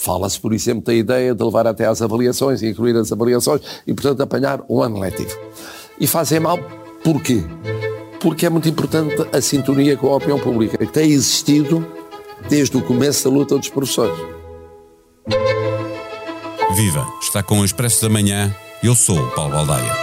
Fala-se, por exemplo, da ideia de levar até às avaliações e incluir as avaliações e, portanto, apanhar um ano letivo. E fazem mal, porquê? Porque é muito importante a sintonia com a opinião pública, que tem existido desde o começo da luta dos professores. Viva! Está com o Expresso da Manhã. Eu sou o Paulo Baldaia.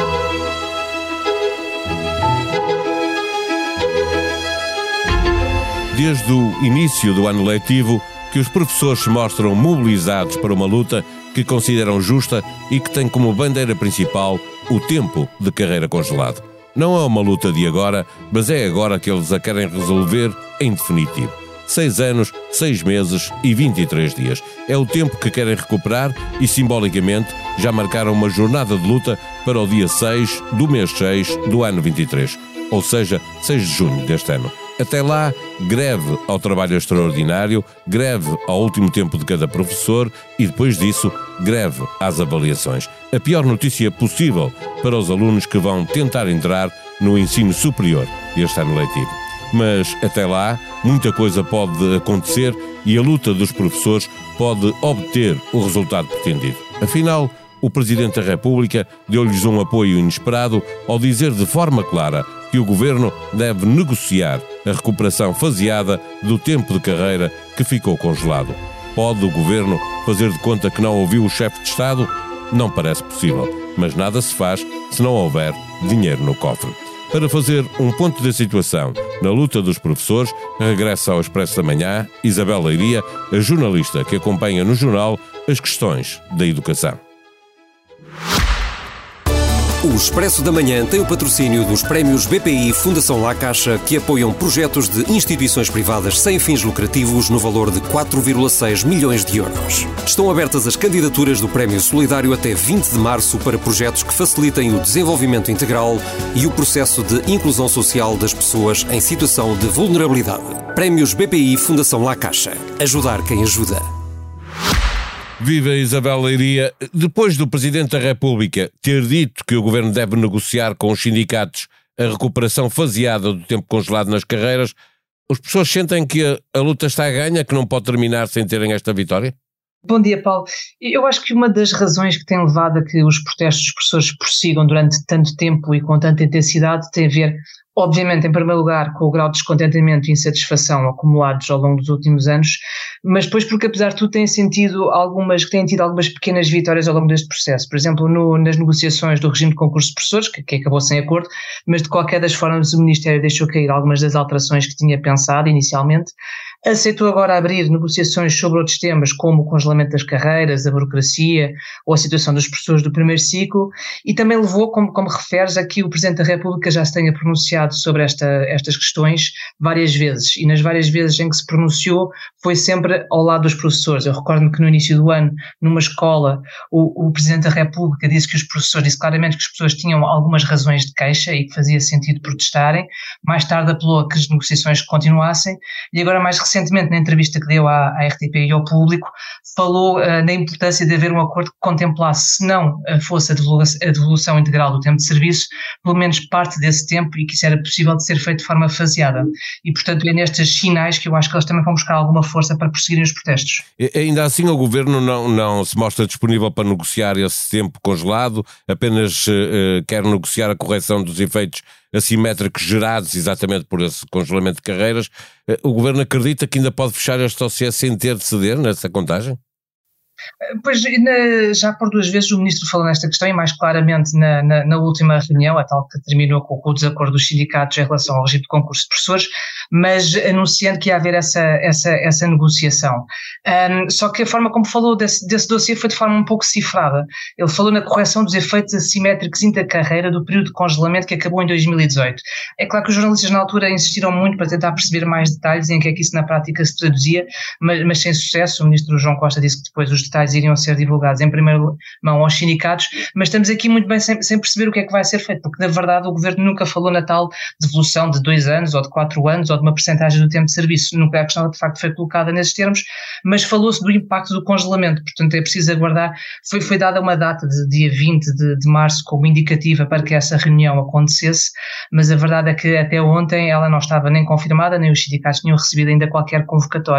Desde o início do ano letivo, que os professores se mostram mobilizados para uma luta que consideram justa e que tem como bandeira principal o tempo de carreira congelado. Não é uma luta de agora, mas é agora que eles a querem resolver em definitivo. 6 anos, 6 meses e 23 dias. É o tempo que querem recuperar e, simbolicamente, já marcaram uma jornada de luta para o dia 6 do mês 6 do ano 23, ou seja, 6 de junho deste ano. Até lá, greve ao trabalho extraordinário, greve ao último tempo de cada professor e, depois disso, greve às avaliações. A pior notícia possível para os alunos que vão tentar entrar no ensino superior este ano letivo. Mas, até lá, muita coisa pode acontecer e a luta dos professores pode obter o resultado pretendido. Afinal, o Presidente da República deu-lhes um apoio inesperado ao dizer de forma clara que o Governo deve negociar a recuperação faseada do tempo de carreira que ficou congelado. Pode o Governo fazer de conta que não ouviu o chefe de Estado? Não parece possível, mas nada se faz se não houver dinheiro no cofre. Para fazer um ponto da situação na luta dos professores, regressa ao Expresso da Manhã Isabel Leiria, a jornalista que acompanha no jornal as questões da educação. O Expresso da Manhã tem o patrocínio dos prémios BPI Fundação La Caixa, que apoiam projetos de instituições privadas sem fins lucrativos no valor de 4,6 milhões de euros. Estão abertas as candidaturas do Prémio Solidário até 20 de março para projetos que facilitem o desenvolvimento integral e o processo de inclusão social das pessoas em situação de vulnerabilidade. Prémios BPI Fundação La Caixa. Ajudar quem ajuda. Viva Isabel Leiria. Depois do Presidente da República ter dito que o Governo deve negociar com os sindicatos a recuperação faseada do tempo congelado nas carreiras, os professores sentem que a luta está a ganha, que não pode terminar sem terem esta vitória? Bom dia, Paulo. Eu acho que uma das razões que tem levado a que os protestos dos professores prossigam durante tanto tempo e com tanta intensidade tem a ver, obviamente, em primeiro lugar, com o grau de descontentamento e insatisfação acumulados ao longo dos últimos anos, mas depois porque, apesar de tudo, têm tido algumas pequenas vitórias ao longo deste processo. Por exemplo, nas negociações do regime de concurso de professores, que acabou sem acordo, mas de qualquer das formas o Ministério deixou cair algumas das alterações que tinha pensado inicialmente. Aceitou agora abrir negociações sobre outros temas, como o congelamento das carreiras, a burocracia ou a situação dos professores do primeiro ciclo, e também levou, como referes, a que o Presidente da República já se tenha pronunciado sobre estas questões várias vezes, e nas várias vezes em que se pronunciou foi sempre ao lado dos professores. Eu recordo-me que no início do ano, numa escola, o Presidente da República disse claramente que as pessoas tinham algumas razões de queixa e que fazia sentido protestarem. Mais tarde apelou a que as negociações continuassem, e agora mais recentemente, na entrevista que deu à RTP e ao público, falou na importância de haver um acordo que contemplasse, se não fosse a devolução integral do tempo de serviço, pelo menos parte desse tempo, e que isso era possível de ser feito de forma faseada. E, portanto, é nestes sinais que eu acho que eles também vão buscar alguma força para prosseguirem os protestos. Ainda assim, o Governo não se mostra disponível para negociar esse tempo congelado, apenas quer negociar a correção dos efeitos assimétricos gerados exatamente por esse congelamento de carreiras. O Governo acredita que ainda pode fechar este dossiê sem ter de ceder nessa contagem? Pois, já por 2 vezes o Ministro falou nesta questão e mais claramente na última reunião, a tal que terminou com o desacordo dos sindicatos em relação ao regime de concurso de professores, mas anunciando que ia haver essa negociação. Só que a forma como falou desse dossiê foi de forma um pouco cifrada. Ele falou na correção dos efeitos assimétricos intercarreira do período de congelamento que acabou em 2018. É claro que os jornalistas na altura insistiram muito para tentar perceber mais detalhes em que é que isso na prática se traduzia, mas sem sucesso. O Ministro João Costa disse que depois os detalhes iriam ser divulgados em primeira mão aos sindicatos, mas estamos aqui muito bem sem perceber o que é que vai ser feito, porque na verdade o Governo nunca falou na tal devolução de 2 anos ou de 4 anos ou de uma percentagem do tempo de serviço, nunca a questão de facto foi colocada nesses termos, mas falou-se do impacto do congelamento, portanto é preciso aguardar. Foi dada uma data de dia 20 de março como indicativa para que essa reunião acontecesse, mas a verdade é que até ontem ela não estava nem confirmada, nem os sindicatos tinham recebido ainda qualquer convocatória.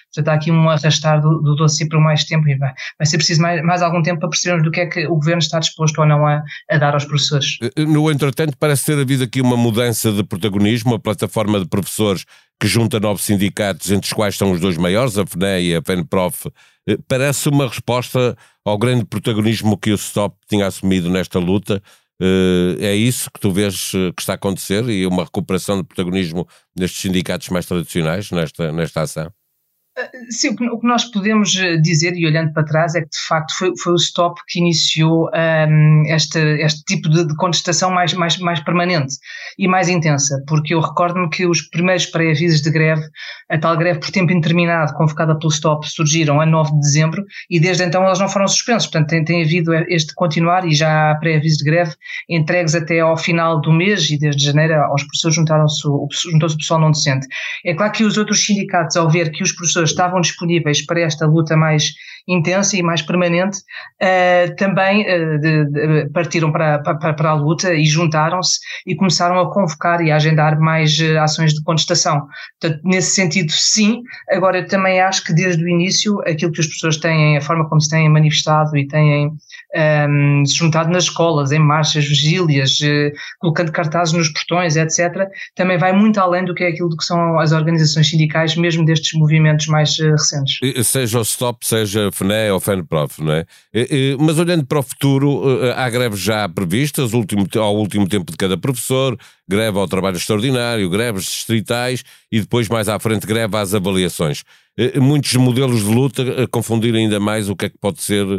Portanto, há aqui um arrastar do dossiê por mais tempo e vai ser preciso mais algum tempo para percebermos do que é que o Governo está disposto ou não a dar aos professores. No entretanto, parece ter havido aqui uma mudança de protagonismo. A plataforma de professores, que junta 9 sindicatos, entre os quais estão os 2 maiores, a FNE e a FENPROF, parece uma resposta ao grande protagonismo que o STOP tinha assumido nesta luta. É isso que tu vês que está a acontecer, e uma recuperação de protagonismo destes sindicatos mais tradicionais nesta ação? Sim, o que nós podemos dizer, e olhando para trás, é que de facto foi o STOP que iniciou este tipo de contestação mais permanente e mais intensa, porque eu recordo-me que os primeiros pré-avisos de greve, a tal greve por tempo indeterminado convocada pelo STOP, surgiram a 9 de dezembro e desde então elas não foram suspensas. Portanto tem havido este continuar e já há pré-avisos de greve entregues até ao final do mês, e desde janeiro aos professores juntou-se o pessoal não docente. É claro que os outros sindicatos, ao ver que os professores estavam disponíveis para esta luta mais intensa e mais permanente, também partiram para a luta e juntaram-se e começaram a convocar e a agendar mais ações de contestação. Portanto, nesse sentido, sim. Agora, eu também acho que desde o início, aquilo que as pessoas têm, a forma como se têm manifestado e têm se juntado nas escolas, em marchas, vigílias, colocando cartazes nos portões, etc., também vai muito além do que é aquilo que são as organizações sindicais, mesmo destes movimentos mais recentes. Seja o STOP, seja a FNE ou a FENPROF, não é? Mas olhando para o futuro, há greves já previstas ao último tempo de cada professor, greve ao trabalho extraordinário, greves distritais e depois mais à frente greve às avaliações. Muitos modelos de luta confundir ainda mais o que é que pode ser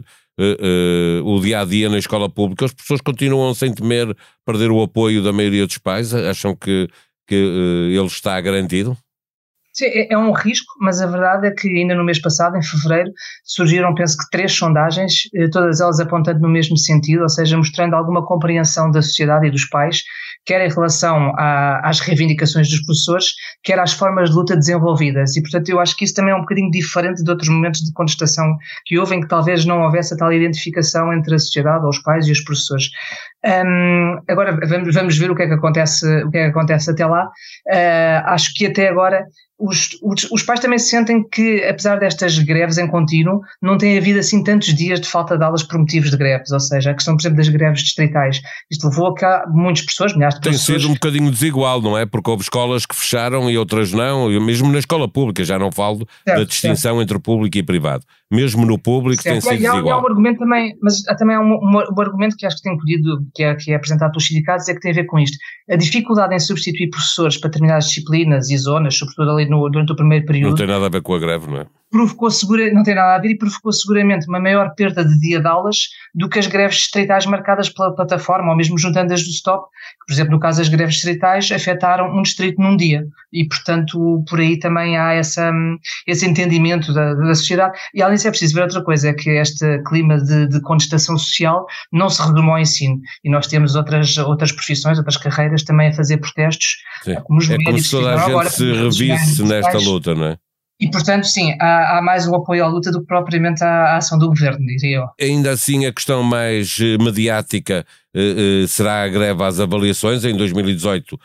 o dia-a-dia na escola pública. As pessoas continuam sem temer perder o apoio da maioria dos pais? Acham que ele está garantido? Sim, é um risco, mas a verdade é que ainda no mês passado, em fevereiro, surgiram, penso que 3 sondagens, todas elas apontando no mesmo sentido, ou seja, mostrando alguma compreensão da sociedade e dos pais, quer em relação às reivindicações dos professores, quer às formas de luta desenvolvidas. E, portanto, eu acho que isso também é um bocadinho diferente de outros momentos de contestação que houve, em que talvez não houvesse a tal identificação entre a sociedade, os pais e os professores. Agora, vamos ver o que é que acontece até lá. Acho que até agora os pais também sentem que, apesar destas greves em contínuo, não tem havido assim tantos dias de falta de aulas por motivos de greves, ou seja, a questão, por exemplo, das greves distritais. Isto levou a que há muitas pessoas, milhares de professores... Tem sido um bocadinho desigual, não é? Porque houve escolas que fecharam e outras não, e mesmo na escola pública, já não falo da distinção entre público e privado. Mesmo no público tem sido desigual. E há um argumento também, mas há também um argumento que acho que tem podido, que é apresentado pelos sindicatos, é que tem a ver com isto. A dificuldade em substituir professores para determinadas disciplinas e zonas, sobretudo ali durante o primeiro período. Não tem nada a ver com a greve, não é? Não tem nada a ver, e provocou seguramente uma maior perda de dia de aulas do que as greves distritais marcadas pela plataforma, ou mesmo juntando as do STOP, que, por exemplo, no caso das greves distritais, afetaram um distrito num dia, e portanto por aí também há esse entendimento da sociedade. E além disso é preciso ver outra coisa, é que este clima de contestação social não se resume ao ensino, e nós temos outras profissões, outras carreiras também a fazer protestos. Como os médicos, se toda a gente agora, se revisse nesta luta, não é? E, portanto, sim, há mais um apoio à luta do que propriamente à ação do governo, diria eu. Ainda assim, a questão mais mediática será a greve às avaliações. Em 2018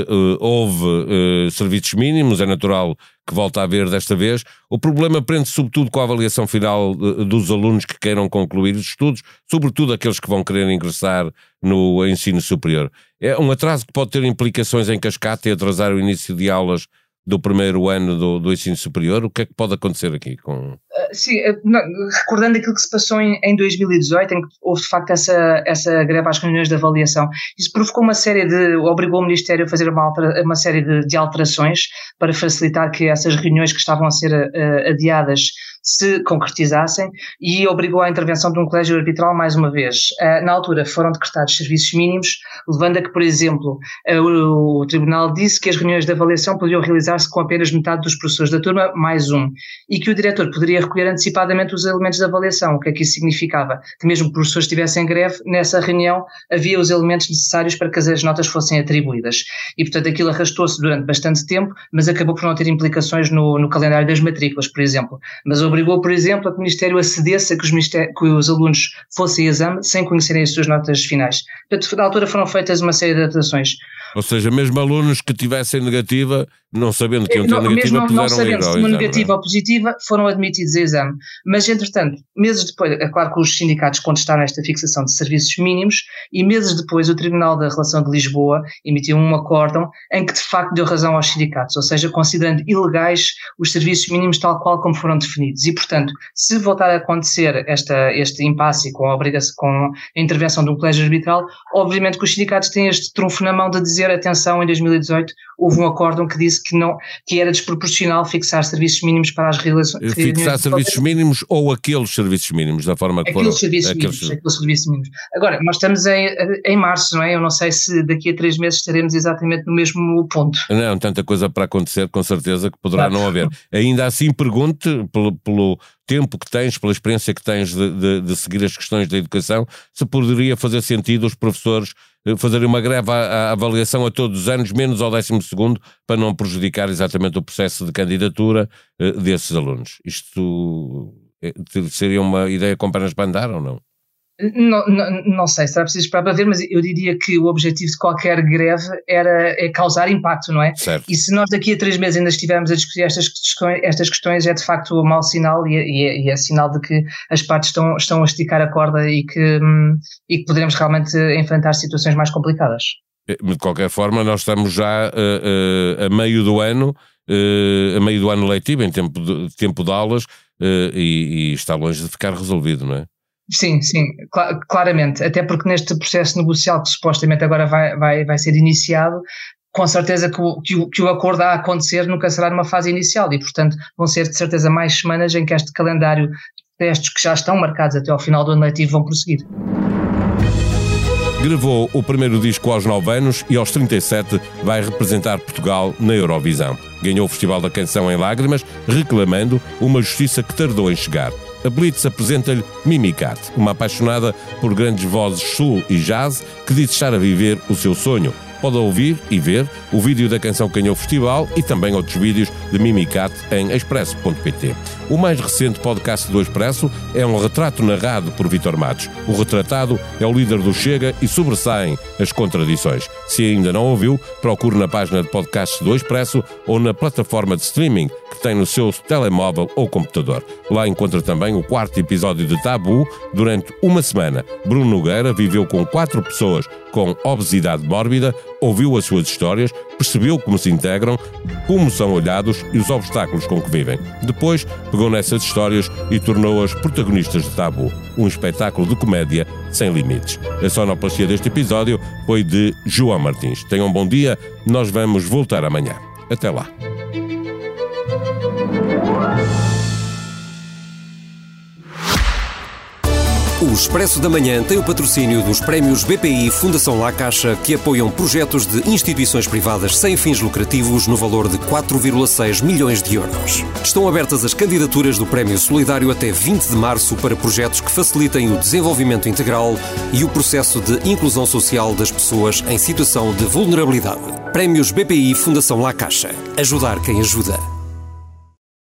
houve serviços mínimos, é natural que volte a haver desta vez. O problema prende-se sobretudo com a avaliação final dos alunos que queiram concluir os estudos, sobretudo aqueles que vão querer ingressar no ensino superior. É um atraso que pode ter implicações em cascata e atrasar o início de aulas do primeiro ano do ensino superior. O que é que pode acontecer aqui? Sim, recordando aquilo que se passou em 2018, em que houve de facto essa greve às reuniões de avaliação, isso provocou obrigou o Ministério a fazer uma série de alterações para facilitar que essas reuniões que estavam a ser adiadas se concretizassem, e obrigou à intervenção de um colégio arbitral mais uma vez. Na altura foram decretados serviços mínimos, levando a que, por exemplo, o Tribunal disse que as reuniões de avaliação poderiam realizar-se com apenas metade dos professores da turma, mais um, e que o diretor poderia recolher antecipadamente os elementos de avaliação. O que é que isso significava? Que mesmo que os professores estivessem em greve, nessa reunião havia os elementos necessários para que as notas fossem atribuídas. E, portanto, aquilo arrastou-se durante bastante tempo, mas acabou por não ter implicações no calendário das matrículas, por exemplo. Mas obrigou, por exemplo, a que o Ministério acedesse a que os alunos fossem a exame sem conhecerem as suas notas finais. Portanto, na altura foram feitas uma série de adaptações. Ou seja, mesmo alunos que tivessem negativa não sabendo que iam ter negativa, mesmo puderam não sabendo se uma negativa ou positiva, foram admitidos a exame. Mas, entretanto, meses depois, é claro que os sindicatos contestaram esta fixação de serviços mínimos e meses depois o Tribunal da Relação de Lisboa emitiu um acórdão em que de facto deu razão aos sindicatos, ou seja, considerando ilegais os serviços mínimos tal qual como foram definidos. E, portanto, se voltar a acontecer este impasse com a intervenção de um colégio arbitral, obviamente que os sindicatos têm este trunfo na mão de dizer, atenção, em 2018 houve um acórdão que disse que era desproporcional fixar serviços mínimos para as relações. Fixar serviços mínimos ou aqueles serviços mínimos, da forma que foram. Aqueles serviços mínimos. Agora, nós estamos em março, não é? Eu não sei se daqui a 3 meses estaremos exatamente no mesmo ponto. Não, tanta coisa para acontecer, com certeza que poderá não haver. Ainda assim, pergunte, pelo tempo que tens, pela experiência que tens de seguir as questões da educação, se poderia fazer sentido os professores fazerem uma greve à avaliação a todos os anos, menos ao 12º, para não prejudicar exatamente o processo de candidatura desses alunos. Isto seria uma ideia com pernas para andar ou não? Não sei, será preciso esperar para ver, mas eu diria que o objetivo de qualquer greve é causar impacto, não é? Certo. E se nós daqui a 3 meses ainda estivermos a discutir estas questões é de facto um mau sinal e é sinal de que as partes estão a esticar a corda e que poderemos realmente enfrentar situações mais complicadas. De qualquer forma, nós estamos já a meio do ano letivo, em tempo de aulas, e está longe de ficar resolvido, não é? Sim, claramente, até porque neste processo negocial que supostamente agora vai ser iniciado, com certeza que o acordo a acontecer nunca será numa fase inicial e, portanto, vão ser de certeza mais semanas em que este calendário de testes que já estão marcados até ao final do ano letivo vão prosseguir. Gravou o primeiro disco aos 9 anos e aos 37 vai representar Portugal na Eurovisão. Ganhou o Festival da Canção em lágrimas, reclamando uma justiça que tardou em chegar. A Blitz apresenta-lhe Mimi Cat, uma apaixonada por grandes vozes soul e jazz que diz estar a viver o seu sonho. Pode ouvir e ver o vídeo da canção que ganhou o festival e também outros vídeos de Mimi Cat em expresso.pt. O mais recente podcast do Expresso é um retrato narrado por Vítor Matos. O retratado é o líder do Chega e sobressaem as contradições. Se ainda não ouviu, procure na página de podcasts do Expresso ou na plataforma de streaming que tem no seu telemóvel ou computador. Lá encontra também o 4º episódio de Tabu. Durante uma semana, Bruno Nogueira viveu com 4 pessoas com obesidade mórbida, ouviu as suas histórias, percebeu como se integram, como são olhados e os obstáculos com que vivem. Depois, pegou nessas histórias e tornou-as protagonistas de Tabu, um espetáculo de comédia sem limites. A sonoplastia deste episódio foi de João Martins. Tenham um bom dia, nós vamos voltar amanhã. Até lá. O Expresso da Manhã tem o patrocínio dos prémios BPI Fundação La Caixa, que apoiam projetos de instituições privadas sem fins lucrativos no valor de 4,6 milhões de euros. Estão abertas as candidaturas do Prémio Solidário até 20 de março para projetos que facilitem o desenvolvimento integral e o processo de inclusão social das pessoas em situação de vulnerabilidade. Prémios BPI Fundação La Caixa. Ajudar quem ajuda.